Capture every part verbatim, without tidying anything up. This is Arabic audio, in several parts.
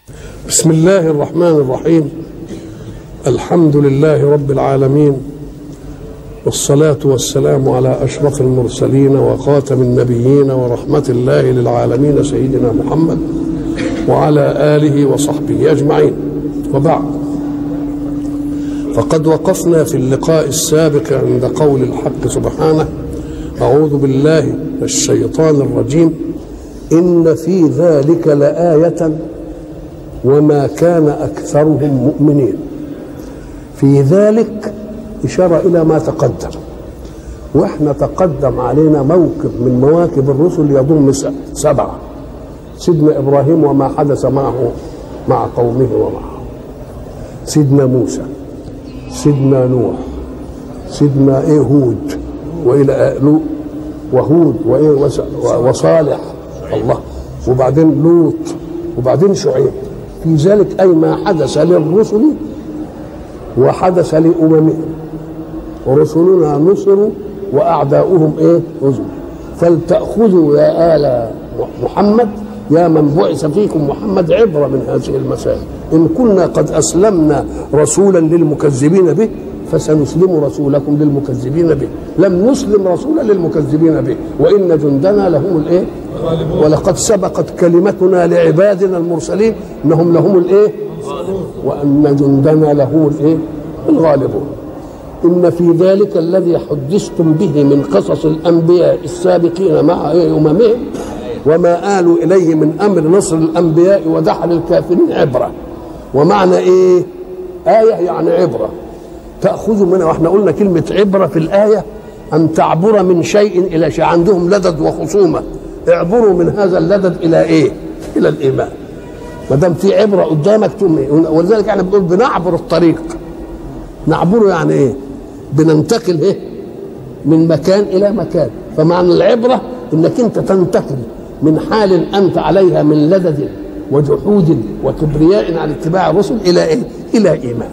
بسم الله الرحمن الرحيم. الحمد لله رب العالمين، والصلاة والسلام على أشرف المرسلين وخاتم النبيين ورحمة الله للعالمين سيدنا محمد وعلى آله وصحبه أجمعين، وبعد، فقد وقفنا في اللقاء السابق عند قول الحق سبحانه: أعوذ بالله من الشيطان الرجيم، إن في ذلك لآية وما كان أكثرهم مؤمنين. في ذلك إشارة إلى ما تقدم، وإحنا تقدم علينا موكب من مواكب الرسل يضم سبعة: سيدنا إبراهيم وما حدث معه مع قومه ومعه، سيدنا موسى، سيدنا نوح، سيدنا إيه هود وإلى لوط وهود وإيه وصالح الله، وبعدين لوط، وبعدين شعيب. في ذلك أي ما حدث للرسل وحدث لأممهم، ورسلنا نصروا وأعداؤهم إيه نزلوا. فلتأخذوا يا آل محمد، يا من بعث فيكم محمد، عبرة من هذه المسائل. إن كنا قد أسلمنا رسولا للمكذبين به فسنسلم رسولكم للمكذبين به. لم نسلم رسولا للمكذبين به، وإن جندنا لهم الإيه؟ ولقد سبقت كلمتنا لعبادنا المرسلين إنهم لهم الإيه؟ وأن جندنا لهم الإيه؟ الغالبون. إن في ذلك الذي حدثتم به من قصص الأنبياء السابقين مع أممهم وما آلوا إليه من أمر نصر الأنبياء ودحر الكافرين عبرة. ومعنى إيه؟ آية يعني عبرة تأخذ منها. واحنا قلنا كلمة عبرة في الآية أن تعبر من شيء إلى شيء. عندهم لدد وخصومة، اعبروا من هذا اللدد إلى إيه؟ إلى الإيمان. ما دام في عبرة قدامك تؤمن. ولذلك احنا بنقول بنعبر الطريق. نعبره يعني إيه؟ بننتقل إيه؟ من مكان إلى مكان. فمعنى العبرة إنك أنت تنتقل من حال أنت عليها من لدد وجحود وكبرياء عن اتباع الرسل إلى إيه؟ إلى إيمان.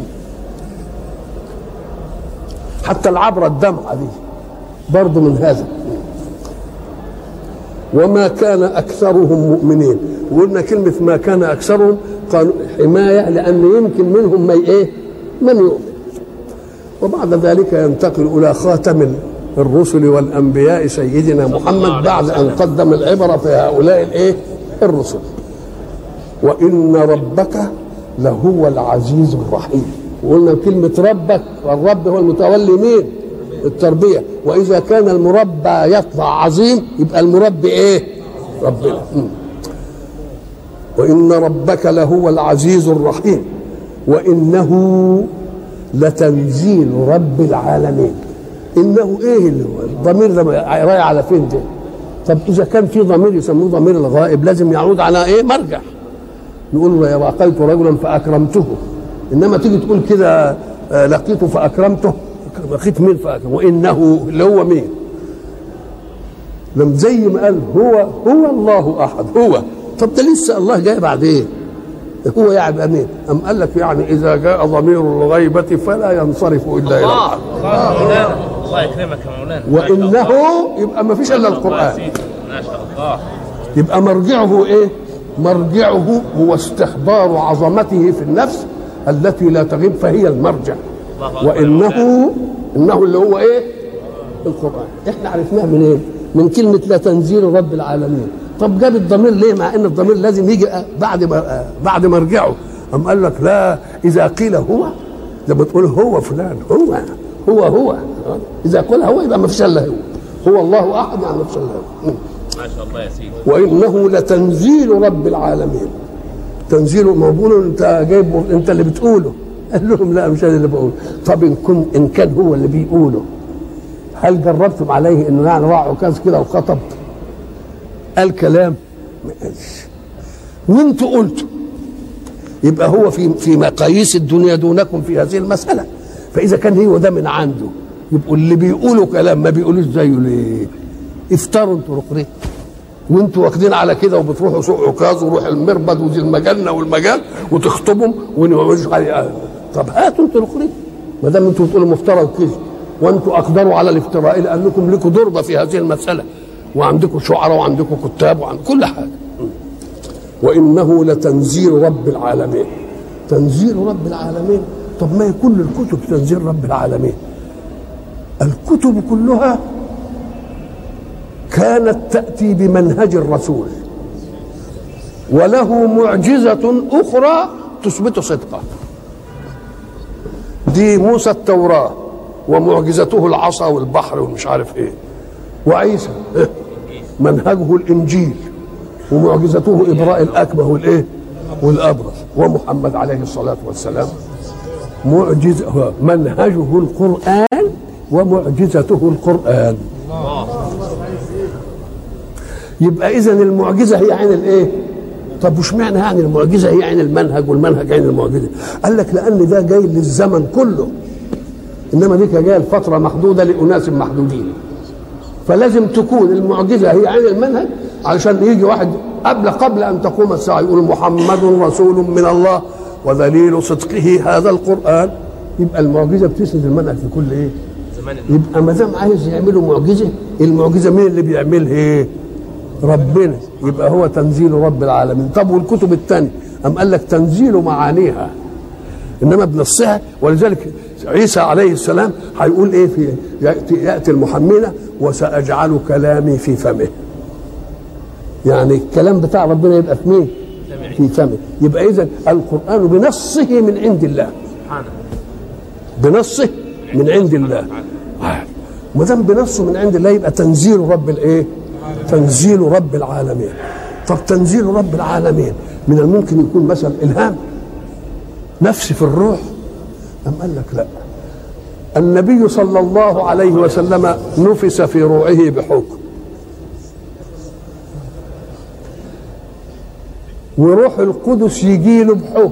حتى العبرة الدمعة دي برضو من هذا. وما كان أكثرهم مؤمنين. وقلنا كلمة ما كان أكثرهم قالوا حماية، لأن يمكن منهم ما إيه؟ من يؤمن. وبعد ذلك ينتقل إلى خاتم الرسل والأنبياء سيدنا محمد بعد أن قدم العبرة في هؤلاء الإيه؟ الرسل. وإن ربك لهو العزيز الرحيم. وقلنا كلمة ربك، والرب هو المتولي مين؟ التربية. وإذا كان المربى يطلع عظيم يبقى المربي إيه؟ ربنا. وإن ربك لهو العزيز الرحيم وإنه لتنزيل رب العالمين. إنه إيه اللي هو الضمير ده رايح على فين ده؟ طب إذا كان في ضمير يسموه ضمير الغائب لازم يعود على إيه؟ مرجع. نقول له لقيت رجلا فأكرمته، إنما تيجي تقول كده لقيته فأكرمته، لقيت مين فأكرمته؟ وإنه اللي هو مين؟ لم زي ما قال هو هو الله أحد هو. طب ده لسه الله جاي بعد إيه؟ هو يعني مين؟ أم قال لك يعني إذا جاء ضمير الغيبة فلا ينصرف إلا إلى الحق. الله يكرمك يا مولانا. وإنه يبقى ما فيش إلا القرآن. ما شاء الله. يبقى مرجعه إيه؟ مرجعه هو استحضار عظمته في النفس التي لا تغيب، فهي المرجع. وإنه إنه اللي هو إيه؟ القرآن. إحنا عرفناه من إيه؟ من كلمة لا تنزيل رب العالمين. طب جاب الضمير ليه؟ مع إن الضمير لازم يجي بعد بعد مرجعه. أم قال لك لا، إذا قيل هو لما تقول هو فلان هو هو هو إذا قال هو يبقى ما فيش إلا هو. هو الله أحد يعني ما فيش إلا هو. ما شاء الله يا سيدي. وإنه لتنزيل رب العالمين. تنزيله ما بيقولوا انت جايبه انت اللي بتقوله. قال لهم لا مش انا اللي بقوله. طب ان كن ان كان هو اللي بيقوله هل جربتم عليه انه يعني راح عكاز كده وخطب؟ قال كلام ما قالش وانتوا قلتوا. يبقى هو في في مقاييس الدنيا دونكم في هذه المساله. فاذا كان هو ده من عنده يبقوا اللي بيقولوا كلام ما بيقولوش زيه ليه؟ افتروا انتوا رقريه. وانتوا واخدين على كده وبتروحوا سوق عكاظ وروح المربد وزي المجنه والمجال وتخطبهم ونوجه عليه. طب هاتوا انتوا الاخرين ما دام انتوا بتقولوا مفترى وكذب، وانتوا اقدروا على الافتراء لانكم لكم ضربه في هذه المساله، وعندكم شعراء وعندكم كتاب وعندكم كل حاجه. وإنه لتنزيل رب العالمين. تنزيل رب العالمين، طب ما هي كل الكتب تنزيل رب العالمين؟ الكتب كلها كانت تأتي بمنهج الرسول وله معجزة أخرى تثبت صدقه. دي موسى التوراة ومعجزته العصا والبحر ومش عارف ايه، وعيسى منهجه الإنجيل ومعجزته إبراء الأكمه والإيه والأبرص، ومحمد عليه الصلاة والسلام معجزة منهجه القرآن ومعجزته القرآن. يبقى إذن المعجزة هي عين الإيه؟ طب وش معنى يعني المعجزة هي عين المنهج والمنهج عين المعجزة؟ قال لك لأن ده جاي للزمن كله، إنما دي جاية لفترة محدودة لأناس محدودين، فلازم تكون المعجزة هي عين المنهج علشان يجي واحد قبل قبل أن تقوم الساعة يقول محمد رسول من الله ودليل صدقه هذا القرآن. يبقى المعجزة بتسند المنهج في كل إيه؟ يبقى ما دام عايز يعملوا معجزة، المعجزة مين اللي بيعملها؟ إيه؟ ربنا. يبقى هو تنزيل رب العالمين. طب والكتب الثانية أم قال لك تنزيل معانيها إنما بنصها. ولذلك عيسى عليه السلام هيقول إيه في يأتي, يأتي المحملة وسأجعل كلامي في فمه. يعني الكلام بتاع ربنا يبقى في مين؟ في فمه. يبقى إذن القرآن بنصه من عند الله، بنصه من عند الله. ما دام بنصه من عند الله يبقى تنزيل رب الايه؟ تنزيل رب العالمين. طب تنزيل رب العالمين من الممكن يكون مثلا الهام نفسي في الروح؟ أم قال لك لا، النبي صلى الله عليه وسلم نفس في روعه بحكم، وروح القدس يجي له بحكم،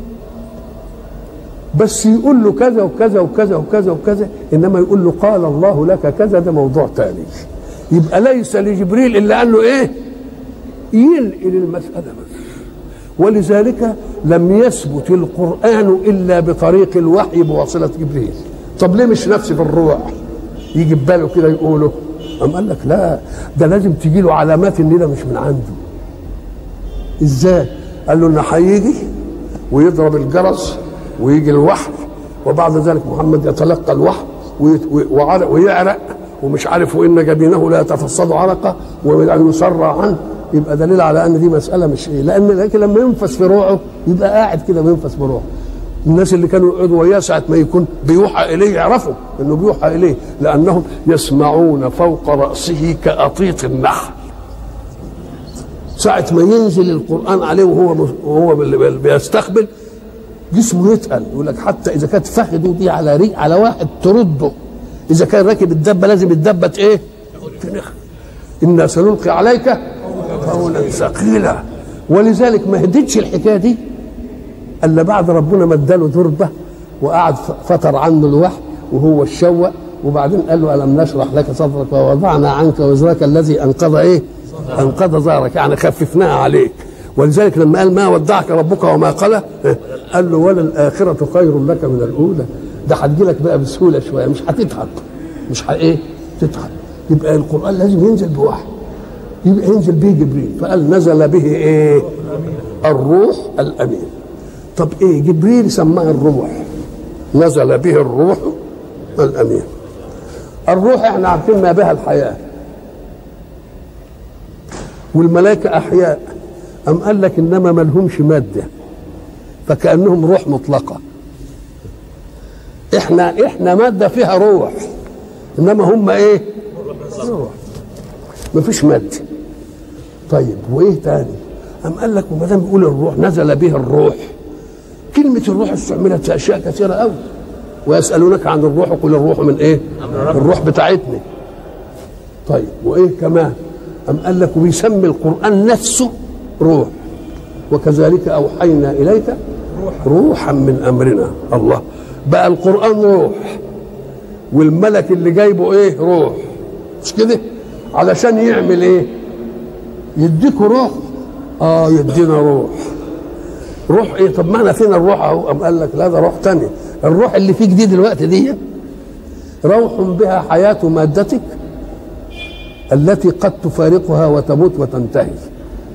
بس يقول له كذا وكذا وكذا وكذا وكذا، انما يقول له قال الله لك كذا، ده موضوع تاني. يبقى ليس لجبريل الا انه ايه؟ ينقل المساله بس. ولذلك لم يثبت القران الا بطريق الوحي بواسطه جبريل. طب ليه مش نفسي في الروح يجي بباله كده يقوله؟ أم قال لك لا، ده لازم تجي له علامات ان ده مش من عنده. ازاي؟ قال له انه هيجي ويضرب الجرس ويجي الوحي، وبعد ذلك محمد يتلقى الوحي ويعرق ومش عارف وان جبينه لا يتفصد عرقه ويسرع عنه. يبقى دليل على ان دي مساله مش ايه، لان لكن لما ينفس في روحه يبقى قاعد كده وينفس في روحه. الناس اللي كانوا يقعدوا وياه ساعه ما يكون بيوحى اليه يعرفوا انه بيوحى اليه، لانهم يسمعون فوق راسه كاطيط النحل. ساعه ما ينزل القران عليه وهو وهو بيستقبل جسمه يتقل. يقول لك حتى اذا كانت فخده دي على ريق على واحد ترده، اذا كان راكب الدبه لازم الدبه ايه؟ تنخ. انا سنلقي عليك قولا ثقيلا. ولذلك ما هدتش الحكايه دي الا بعد ربنا ما اداله ضربه وقعد فتر عنه الوحي وهو الشوق، وبعدين قال له الم نشرح لك صدرك ووضعنا عنك وزرك الذي انقض ايه؟ انقض ظهرك، يعني خففناها عليك. ولذلك لما قال ما ودعك ربك وما قلى، قال له وللآخرة خير لك من الأولى. ده هتجي لك بقى بسهولة شوية، مش هتتعب، مش ه ايه؟ تتعب. يبقى القرآن لازم ينزل بوحي، يبقى ينزل به جبريل. فقال نزل به ايه؟ الروح الأمين. طب ايه؟ جبريل سماه الروح، نزل به الروح الأمين. الروح احنا عارفين ما بها الحياة، والملائكة أحياء. أم قال لك إنما ما لهمش مادة، فكأنهم روح مطلقة. إحنا إحنا مادة فيها روح، إنما هم إيه؟ روح ما فيش مادة. طيب وإيه تاني؟ أم قال لك وما دام بيقول الروح نزل به الروح، كلمة الروح استعملت في أشياء كثيرة أوي. ويسألونك عن الروح قل الروح من إيه؟ الروح بتاعتنا. طيب وإيه كمان؟ أم قال لك وبيسمي القرآن نفسه روح، وكذلك أوحينا إليك روحا من أمرنا. الله، بقى القرآن روح والملك اللي جايبه إيه؟ روح، مش كده؟ علشان يعمل إيه؟ يديكوا روح. آه يدينا روح. روح إيه؟ طب معنى فينا الروح أهو. أم قال لك لا، ده روح تاني. الروح اللي فيك دي دلوقتي دي روح بها حياة مادتك التي قد تفارقها وتموت وتنتهي.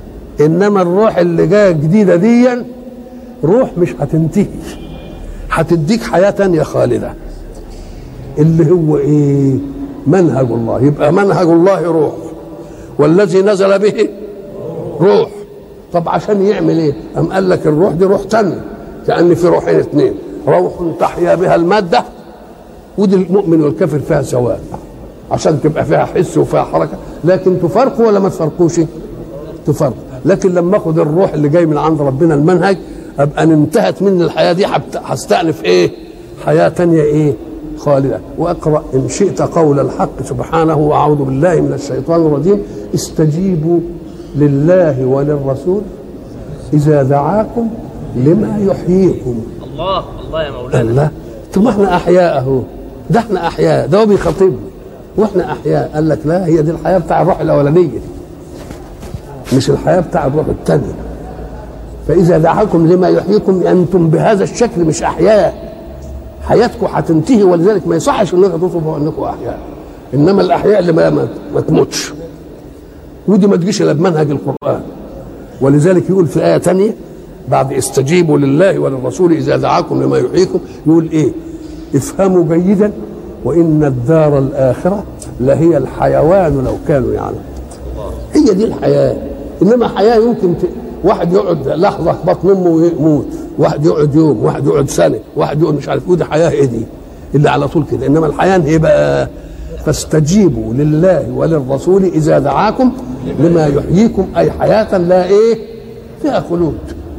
انما الروح اللي جايه جديده دي روح مش هتنتهي، هتديك حياه تانيه خالده، اللي هو ايه؟ منهج الله. يبقى منهج الله روح، والذي نزل به روح. طب عشان يعمل ايه؟ أم قال لك الروح دي روح تانية، كأن في روحين اثنين، روح تحيا بها المادة، ودي المؤمن والكافر فيها سواء، عشان تبقى فيها حس وفيها حركة، لكن تفرقوا ولا ما تفرقوش؟ تفرق. لكن لما اخد الروح اللي جاي من عند ربنا المنهج، ابقى ان انتهت من الحياة دي هستأنف ايه؟ حياة تانية ايه؟ خالدة. واقرأ إن شئت قول الحق سبحانه: وأعوذ بالله من الشيطان الرجيم، استجيبوا لله وللرسول إذا دعاكم لما يحييكم. الله الله يا مولانا. الله، طب احنا أحياء أهو، ده احنا أحياء، ده هو بيخاطبنا واحنا أحياء. قال لك لا، هي دي الحياة بتاع الروح الأولانية، مش الحياة بتاع الروح الثانية. فإذا دعاكم لما يحييكم، أنتم بهذا الشكل مش أحياء، حياتكم هتنتهي، ولذلك ما يصحش انكم توصفوا انكم احياء، انما الاحياء اللي ما, ما تموتش، ودي ما تجيش الا بمنهج القران. ولذلك يقول في ايه ثانيه بعد استجيبوا لله وللرسول اذا دعاكم لما يحييكم، يقول ايه؟ افهموا جيدا وان الدار الاخره لهي الحيوان لو كانوا يعلمون. هي دي الحياه. انما حياه يمكن ت... واحد يقعد لحظه في بطن امه ويموت، واحد يقعد يوم، واحد يقعد سنه، واحد يقعد مش عارف، ودي حياه ايه دي؟ اللي على طول كده. انما الحياه ايه بقى؟ فاستجيبوا لله وللرسول اذا دعاكم لما يحييكم، اي حياه لا ايه؟ فيها خلود.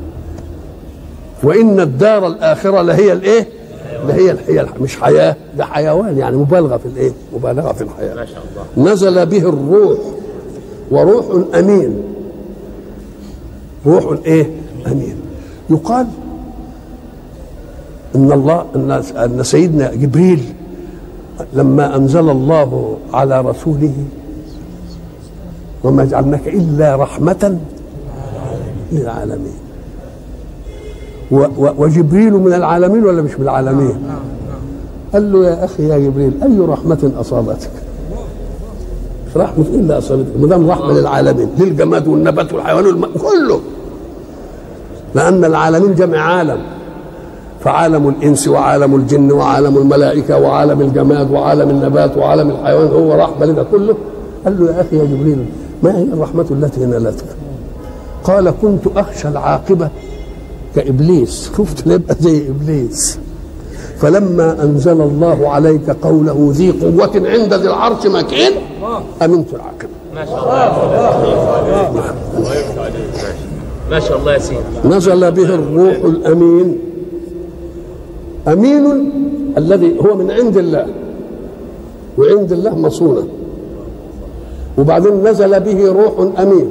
وان الدار الاخره لهي الايه؟ لهي الحياه، مش حياه، ده حيوان، يعني مبالغه في الايه؟ مبالغه في الحياه. ما شاء الله. نزل به الروح، وروح امين. روح ايه؟ امين. يقال ان الله ان سيدنا جبريل لما انزل الله على رسوله: وما جعلناك الا رحمه للعالمين. وجبريل من العالمين ولا مش من العالمين؟ قال له: يا اخي يا جبريل، اي رحمه اصابتك؟ رحمه الا اصابتك، ما دام رحمه للعالمين، للجماد والنبات والحيوان والم... كله، لأن العالمين جمع عالم، فعالم الإنس وعالم الجن وعالم الملائكة وعالم الجماد وعالم النبات وعالم الحيوان هو رحمة لنا كله. قال له: يا أخي يا جبريل، ما هي الرحمة التي نالتك؟ قال: كنت أخشى العاقبة كإبليس، خفت نبقى زي إبليس، فلما أنزل الله عليك قوله ذي قوة عند ذي العرش مكين أمنت العاقبة. ما شاء الله. ما شاء الله يا سيدي. نزل به الروح الأمين. أمين الذي هو من عند الله، وعند الله مصونة. وبعدين نزل به روح أمين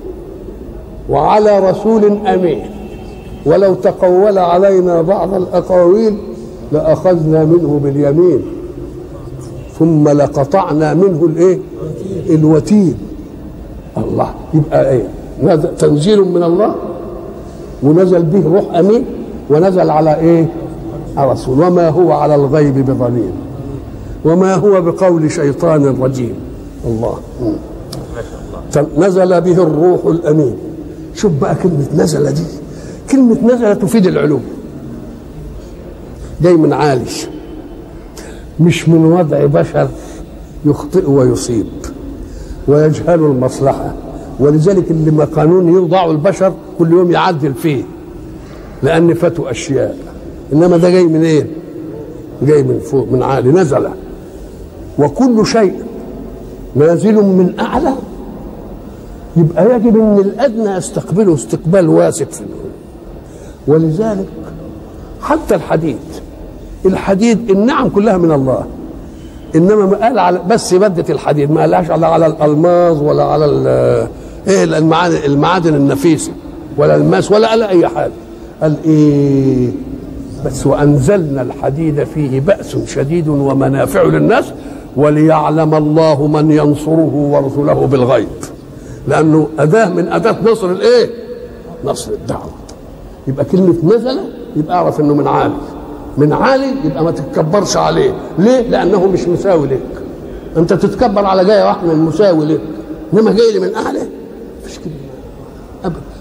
وعلى رسول أمين، ولو تقول علينا بعض الأقاويل لأخذنا منه باليمين ثم لقطعنا منه الايه؟ الوتين. الله، يبقى ايه؟ تنزيل من الله، ونزل به روح امين، ونزل على ايه؟ على رسول. وما هو على الغيب بضنين، وما هو بقول شيطان رجيم. الله. ما شاء الله. نزل به الروح الامين. شوف بقى كلمه نزل دي، كلمه نزل تفيد العلوم، جاي من عالي، مش من وضع بشر يخطئ ويصيب ويجهل المصلحه. ولذلك اللي ما قانون يوضعوا البشر كل يوم يعدل فيه، لان فاتوا اشياء. انما ده جاي من ايه؟ جاي من فوق، من عالي. نزل، وكل شيء نازل من اعلى، يبقى يجب ان الادنى يستقبله استقبال واسع في الأول. ولذلك حتى الحديد، الحديد النعم كلها من الله، انما ما قال على بس ماده الحديد، ما قالهاش على على الالماظ ولا على ايه المعادن المعادن النفيسه ولا الماس ولا على اي حاجه. قال ايه بس؟ وانزلنا الحديد فيه باس شديد ومنافع للناس وليعلم الله من ينصره ورسله بالغيب، لانه اداه من اداه نصر الايه؟ نصر الدعوه. يبقى كلمه نزل يبقى اعرف انه من عالي، من عالي يبقى ما تتكبرش عليه. ليه؟ لانه مش مساوي لك. انت تتكبر على جايه واحده من مساوي لك، انما جاي لي من اعلى مفيش كده ابدا.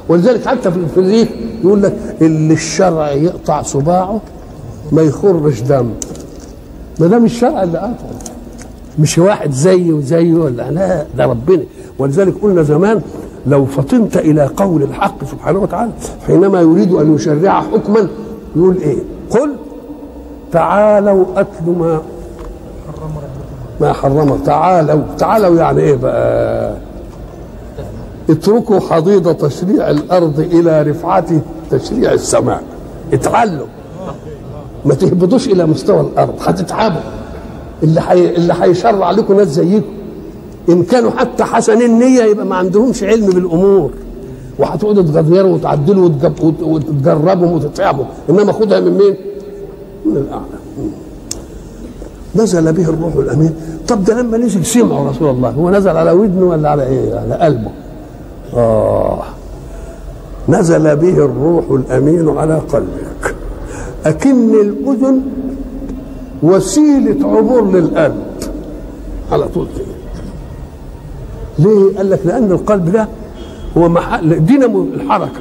ولذلك حتى في الفيزيك يقول لك اللي الشرع يقطع صباعه ما يخرج دم، ما دام الشرع اللي قطعه، مش واحد زيه وزيه ولا لا، ده ربنا. ولذلك قلنا زمان لو فطنت الى قول الحق سبحانه وتعالى حينما يريد ان يشرع حكما يقول ايه؟ قل تعالوا اتل ما ما حرم. تعالوا تعالوا يعني ايه بقى؟ اتركوا حضيض تشريع الارض الى رفعه تشريع السماء. اتعلوا، ما تهبطوش الى مستوى الارض، هتتعبوا. اللي حي... اللي هيشرع لكم ناس زيكم ان كانوا حتى حسن النيه يبقى ما عندهمش علم بالامور، وهتقعدوا تغيروا وتعدلوا وتجب... وتجربوا وتتعبوا، انما خدها من مين؟ من الاعلى. نزل به الروح الامين. طب ده لما نزل سمعوا رسول الله، هو نزل على ودنه ولا على ايه؟ على قلبه. اه نزل به الروح الامين على قلبك. اكن الاذن وسيله عبور للقلب على طول كده. ليه؟ قال لك لان القلب ده هو محل دينامو الحركه،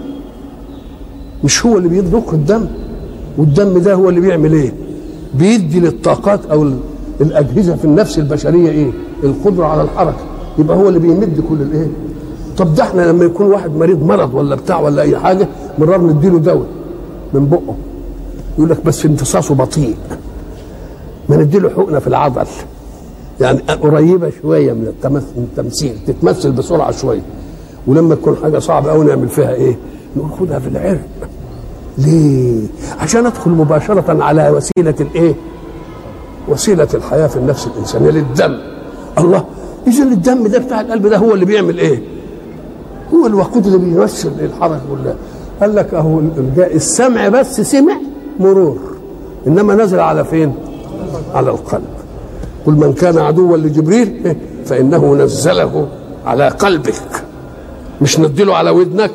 مش هو اللي بيضخ الدم، والدم ده هو اللي بيعمل ايه؟ بيدي للطاقات او الاجهزه في النفس البشريه ايه؟ القدره على الحركه. يبقى هو اللي بيمد كل الايه؟ طب ده احنا لما يكون واحد مريض مرض ولا بتاع ولا اي حاجه مرار نديله دواء من بقه، يقول لك بس امتصاصه بطيء، ما نديله حقنه في العضل يعني قريبه شويه من التمثيل، تتمثل بسرعه شويه. ولما تكون حاجه صعبه قوي نعمل فيها ايه؟ نقول خدها في العرق. ليه؟ عشان ادخل مباشره على وسيله الايه؟ وسيله الحياه في النفس الانسانيه للدم. الله، اذا الدم ده بتاع القلب ده هو اللي بيعمل ايه؟ هو الوقود اللي بيمثل الحركه كلها. قال لك اهو السمع بس سمع مرور، انما نزل على فين؟ على القلب. قل من كان عدوا لجبريل فانه نزله على قلبك، مش نديله على ودنك،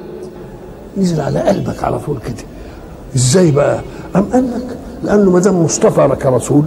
نزل على قلبك على طول كده. ازاي بقى؟ أم قال لك لانه ما دام مصطفى لك رسول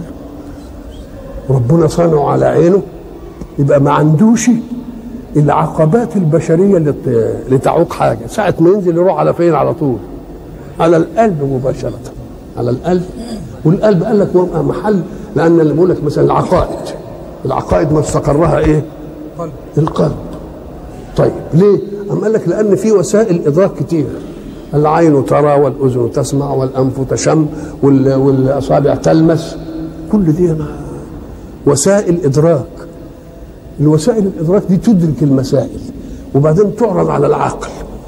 ربنا صانعه على عينه، يبقى ما عندوش العقبات البشريه اللي اللي تعوق حاجه. ساعه ما ينزل يروح على فين؟ على طول على القلب مباشره، على القلب. والقلب قال لك هو محل، لان اللي بيقول لك مثلا العقائد، العقائد ما استقرها ايه؟ قلب. القلب. طيب ليه؟ أم قال لك لان في وسائل ادراك كتير، العين ترى والاذن تسمع والانف تشم والاصابع تلمس، كل دي وسائل ادراك. الوسائل الادراك دي تدرك المسائل وبعدين تعرض على العقل.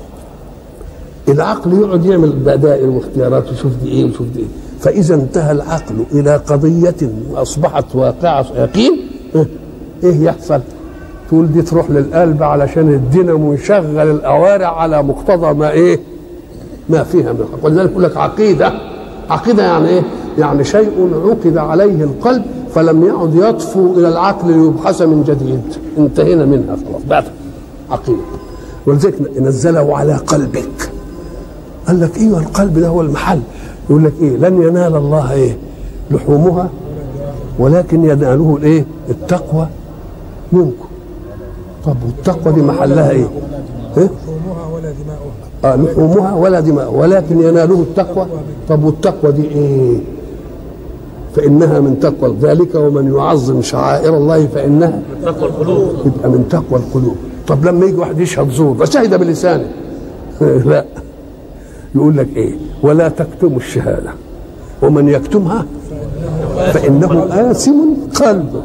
العقل يقعد يعمل بدائل واختيارات ويشوف دي ايه ويشوف دي ايه. فاذا انتهى العقل الى قضيه واصبحت واقعه يقين، ايه يحصل؟ تقول دي تروح للقلب علشان الدينامو يشغل الاوارع على مقتضى ما ايه؟ ما فيها من الحق. ولذلك يقول لك عقيده. عقيده يعني ايه؟ يعني شيء عقد عليه القلب فلم يعد يطفو الى العقل ليبحث من جديد، انتهينا منها خلاص بعد عقيده. ولذلك نزله على قلبك. قال لك ايوه القلب ده هو المحل. يقول لك ايه؟ لن ينال الله ايه؟ لحومها ولكن يناله الايه؟ التقوى منكم. طب والتقوى دي محلها ايه؟ لحومها ولا دماؤها. اه لحومها ولا دماؤها ولكن يناله التقوى. طب والتقوى دي ايه؟ فإنها من تقوى ذلك ومن يعظم شعائر الله فإنها من تقوى القلوب. يبقى من تقوى القلوب. طب لما يجي واحد يشهد زور ده شهد بلسانه لا، يقول لك ايه؟ ولا تكتموا الشهاده ومن يكتمها فإنه آثم قلبه.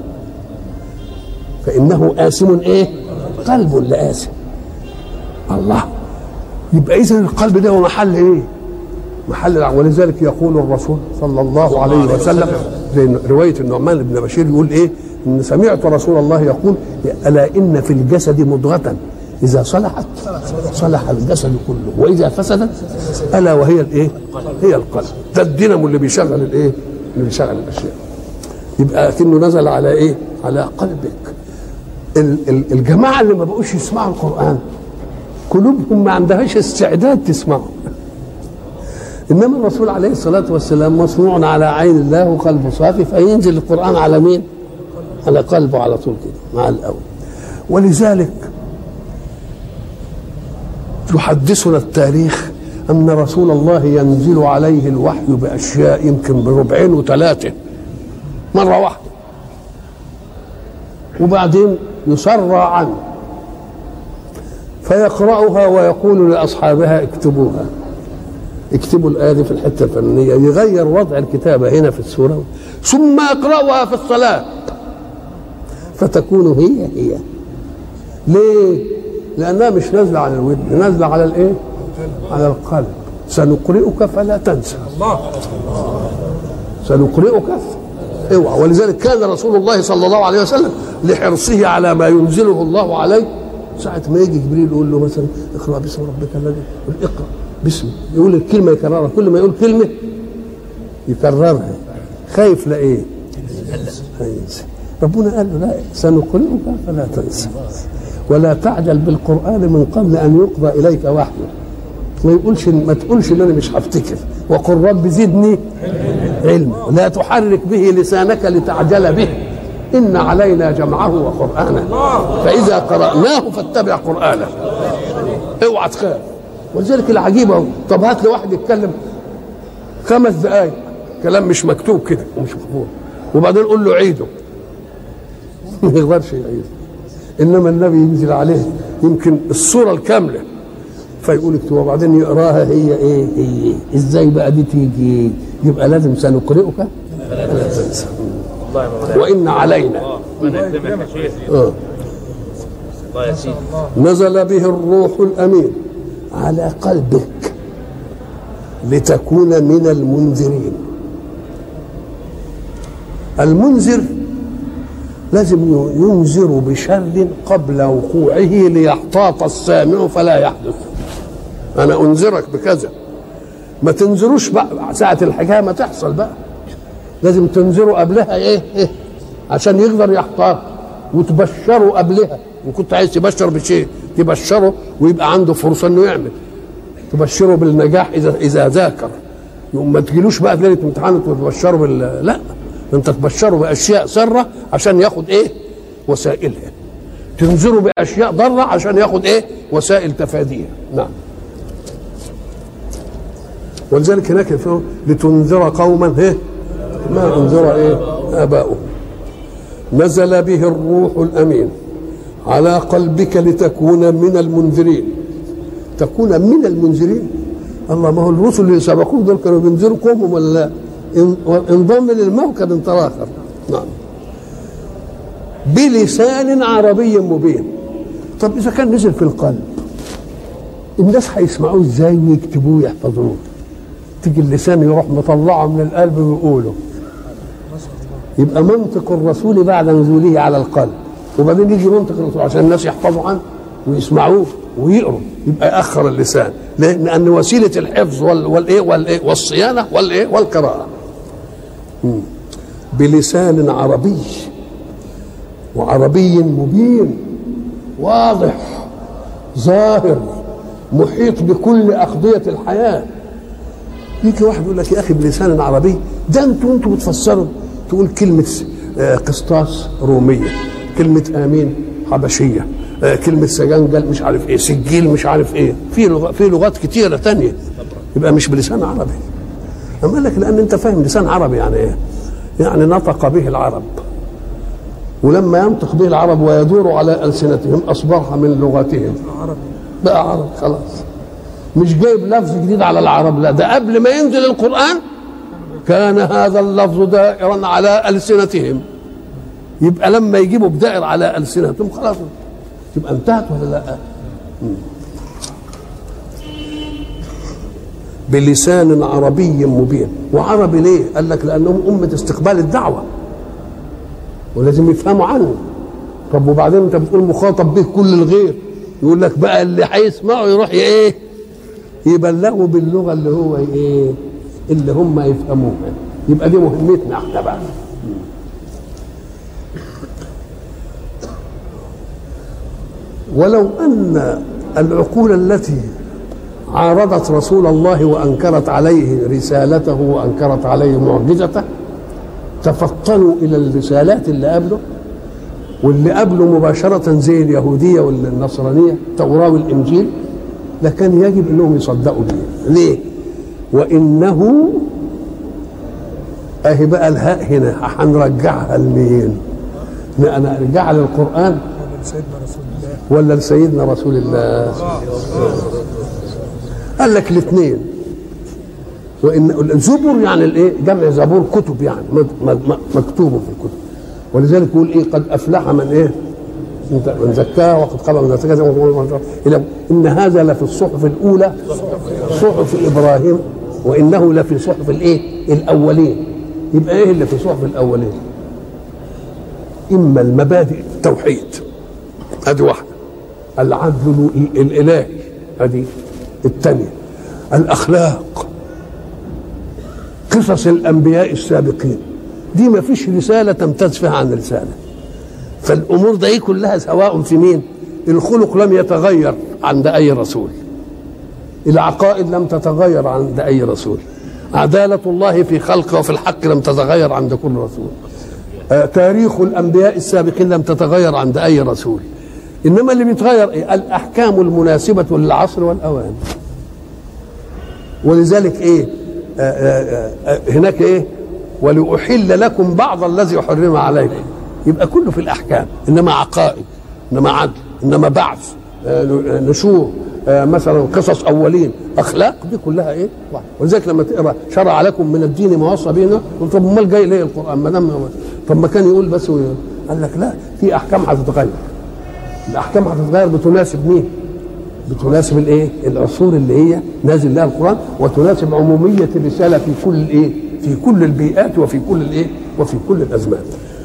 فإنه آثم ايه؟ قلب اللي آثم. الله، يبقى إذا القلب ده هو محل ايه؟ محل. ولذلك يقول الرسول صلى الله عليه وسلم زي روايه النعمان بن بشير يقول ايه؟ ان سمعت رسول الله يقول الا ان في الجسد مضغه اذا صلحت صلح الجسد كله واذا فسدت الا وهي الايه؟ هي القلب. ده الدينامو اللي بيشغل الايه؟ اللي بيشغل الاشياء. يبقى كأنه نزل على ايه؟ على قلبك. الجماعه اللي ما بقوش يسمعوا القران قلوبهم ما عندهاش استعداد تسمعه، انما الرسول عليه الصلاه والسلام مصنوع على عين الله وقلبه صافي، فينزل القران على مين؟ على قلبه على طول كده مع الاول. ولذلك يحدثنا التاريخ أن رسول الله ينزل عليه الوحي بأشياء يمكن بربعين وثلاثة مرة واحدة، وبعدين يسرع عنه فيقرأها ويقول لأصحابها اكتبوها، اكتبوا الآية دي في الحتة الفلانية، يغير وضع الكتابة هنا في السورة، ثم يقرأها في الصلاة فتكون هي هي. ليه؟ لأنها مش نازلة على الودن، نازلة على الإيه؟ على القلب. سنقرئك فلا تنسى. الله سنقرئك اوعى. ولذلك كان رسول الله صلى الله عليه وسلم لحرصه على ما ينزله الله عليه، ساعة ما يجي جبريل يقول له مثلا اقرأ باسم ربك الذي، يقول اقرأ باسم، يقول الكلمة يكررها، كل ما يقول كلمة يكررها، خايف لا ايه؟ هينسى. ربنا قال له لا، سنقرئك فلا تنسى ولا تعجل بالقرآن من قبل أن يقضى إليك وحيه. ما يقولش، ما تقولش ان انا مش هفتكر، وقل رب زدني علما، لا تحرك به لسانك لتعجل به، ان علينا جمعه وقرآنه فاذا قرأناه فاتبع قرآنه. اوعى تخاف. ولذلك العجيبه، طب هات لي واحد يتكلم خمس دقائق كلام مش مكتوب كده ومش مفهوم، وبعدين قول له عيده ما يقدرش يعيده. انما النبي ينزل عليه يمكن الصوره الكامله فيقول اكتبها، وبعدين يقراها هي ايه هي. ازاي بقى دي تيجي؟ يبقى لازم سنقرئك فلا تنسى وان علينا. آه. نزل به الروح الامين على قلبك لتكون من المنذرين. المنذر لازم ينذر بشر قبل وقوعه ليحتاط السامع فلا يحدث. انا انذرك بكذا، ما تنذروش بقى ساعة الحكاية ما تحصل بقى، لازم تنذروا قبلها ايه, إيه؟ عشان يقدر يحتاط، وتبشروا قبلها. ان كنت عايز تبشر بشيء تبشره ويبقى عنده فرصة انه يعمل، تبشره بالنجاح اذا اذا ذاكر. يوم ما تجيلوش بقى في ليلة امتحان وتبشره بال لا، انت تبشره باشياء سرة عشان ياخد ايه وسائلها، تنذره باشياء ضاره عشان ياخد ايه وسائل تفاديها. نعم. ولذلك هناك فيه لتنذر قوما ايه ما انذر ايه اباؤهم. نزل به الروح الامين على قلبك لتكون من المنذرين. تكون من المنذرين، الله، ما هو الرسل اللي سبقوه دول كانوا بينذروا قومهم ولا لا؟ انضم للموكب انطر اخر. نعم. بلسان عربي مبين. طب اذا كان نزل في القلب الناس هيسمعوه ازاي ويكتبوه ويحفظوه؟ تيجي اللسان يروح مطلعه من القلب ويقوله. يبقى منطق الرسول بعد نزوله على القلب، وبعدين يجي منطق الرسول عشان الناس يحفظوا عنه ويسمعوه ويقروا، يبقى يأخر اللسان، لأن وسيلة الحفظ والايه والايه والصيانة والايه والقراءة. بلسان عربي، وعربي مبين واضح ظاهر محيط بكل أقضية الحياة. يجي واحد يقول لك يا أخي بلسان عربي، ده انتوا انتوا بتفسروا، تقول كلمة قسطاس رومية، كلمة آمين حبشية، كلمة سجنجل مش عارف ايه، سجيل مش عارف ايه، في لغة في لغات كتيرة تانية، يبقى مش بلسان عربي. أما قال لك لأن أنت فاهم لسان عربي يعني ايه؟ يعني نطق به العرب، ولما ينطق به العرب ويدور على ألسنتهم أصبح من لغتهم بقى عرب خلاص. مش جايب لفظ جديد على العرب، لا، ده قبل ما ينزل القرآن كان هذا اللفظ دائرا على ألسنتهم. يبقى لما يجيبوا بدائر على ألسنتهم خلاص تبقى انتهت ولا لا؟ بلسان عربي مبين. وعربي ليه؟ قال لك لأنهم أمة استقبال الدعوة ولازم يفهموا عنه. طب وبعدين انت بتقول مخاطب به كل الغير، يقول لك بقى اللي هيسمعوا يروح ايه يبلغوا باللغة اللي هو ايه اللي هم يفهموها. يبقى دي مهمتنا احنا بقى. ولو أن العقول التي عارضت رسول الله وأنكرت عليه رسالته وأنكرت عليه معجزته تفطنوا إلى الرسالات اللي قبله واللي قبله مباشرة زي اليهودية والنصرانية، التوراة والإنجيل، لكان يجب انهم يصدقوا بيه. ليه؟ وانه اهي بقى الهاء هنا هنرجعها لمين؟ انا ارجعها للقران ولا لسيدنا رسول الله؟ قال لك الاثنين. وان الزبر يعني الايه؟ جمع زبور، كتب يعني مكتوبه في الكتب. ولذلك يقول ايه؟ قد افلح من ايه؟ من زكاها وقد خاب من زكاها. ان هذا لفي الصحف الاولى صحف ابراهيم وانه لفي صحف الايه؟ الاولين. يبقى ايه اللي في صحف الاولين؟ اما المبادئ التوحيد هذه واحده، العدل الالهي هذه الثانيه، الاخلاق، قصص الانبياء السابقين، دي ما فيش رساله تمتاز فيها عن رساله. فالامور دي كلها سواء في مين؟ الخلق لم يتغير عند اي رسول، العقائد لم تتغير عند اي رسول، عداله الله في خلقه وفي الحق لم تتغير عند كل رسول، آه تاريخ الانبياء السابقين لم تتغير عند اي رسول. انما اللي بيتغير إيه؟ الاحكام المناسبه للعصر والاوان. ولذلك ايه آه آه آه هناك ايه؟ ولأحل لكم بعض الذي حرم عليكم. يبقى كله في الاحكام، انما عقائد، انما عدل، انما بعث، آه نشور، آه مثلا قصص اولين، اخلاق، دي كلها ايه؟ واحد. ولذلك لما تقرا شرع لكم من الدين ما وصى به، طب امال جاي ليه القران؟ ما دام طب ما كان يقول بس. قال لك لا، في احكام هتتغير. الاحكام هتتغير بتناسب مين؟ بتناسب الايه؟ العصور اللي هي نازل لها القران، وتناسب عموميه الرساله في كل الايه؟ في كل البيئات وفي كل الايه؟ وفي كل الازمان.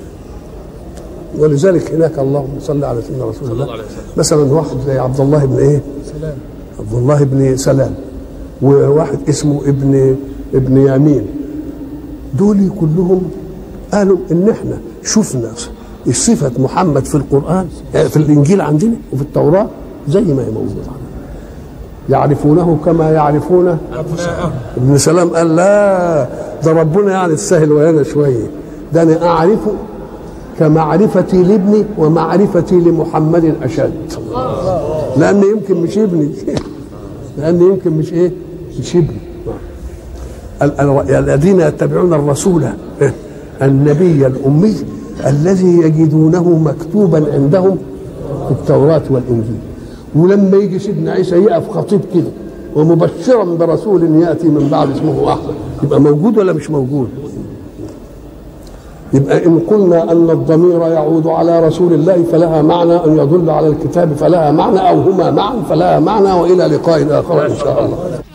ولذلك هناك اللهم صل على سيدنا رسول الله. مثلا واحد زي عبد الله بن ايه؟ سلام. عبد الله بن سلام، وواحد اسمه ابن ابن يمين. دول كلهم قالوا ان احنا شفنا صفه محمد في القران في الانجيل عندنا وفي التوراه زي ما هي موجوده. يعرفونه كما يعرفون ابن سلام. قال لا، ده ربنا يعني تسهل ويانا شويه، ده انا اعرفه كمعرفتي لابني ومعرفتي لمحمد اشد، لان يمكن مش ابني لان يمكن مش ايه؟ مش ابني. الذين يتبعون الرسول النبي الامي الذي يجدونه مكتوبا عندهم في التوراه والانجيل. ولما يجي سيدنا عيسى يقف خطيب كده ومبشرا برسول ياتي من بعد اسمه احمد، يبقى موجود ولا مش موجود؟ يبقى ان قلنا ان الضمير يعود على رسول الله فلها معنى، ان يدل على الكتاب فلها معنى، او هما معا فلها معنى. والى لقاء اخر ان شاء الله.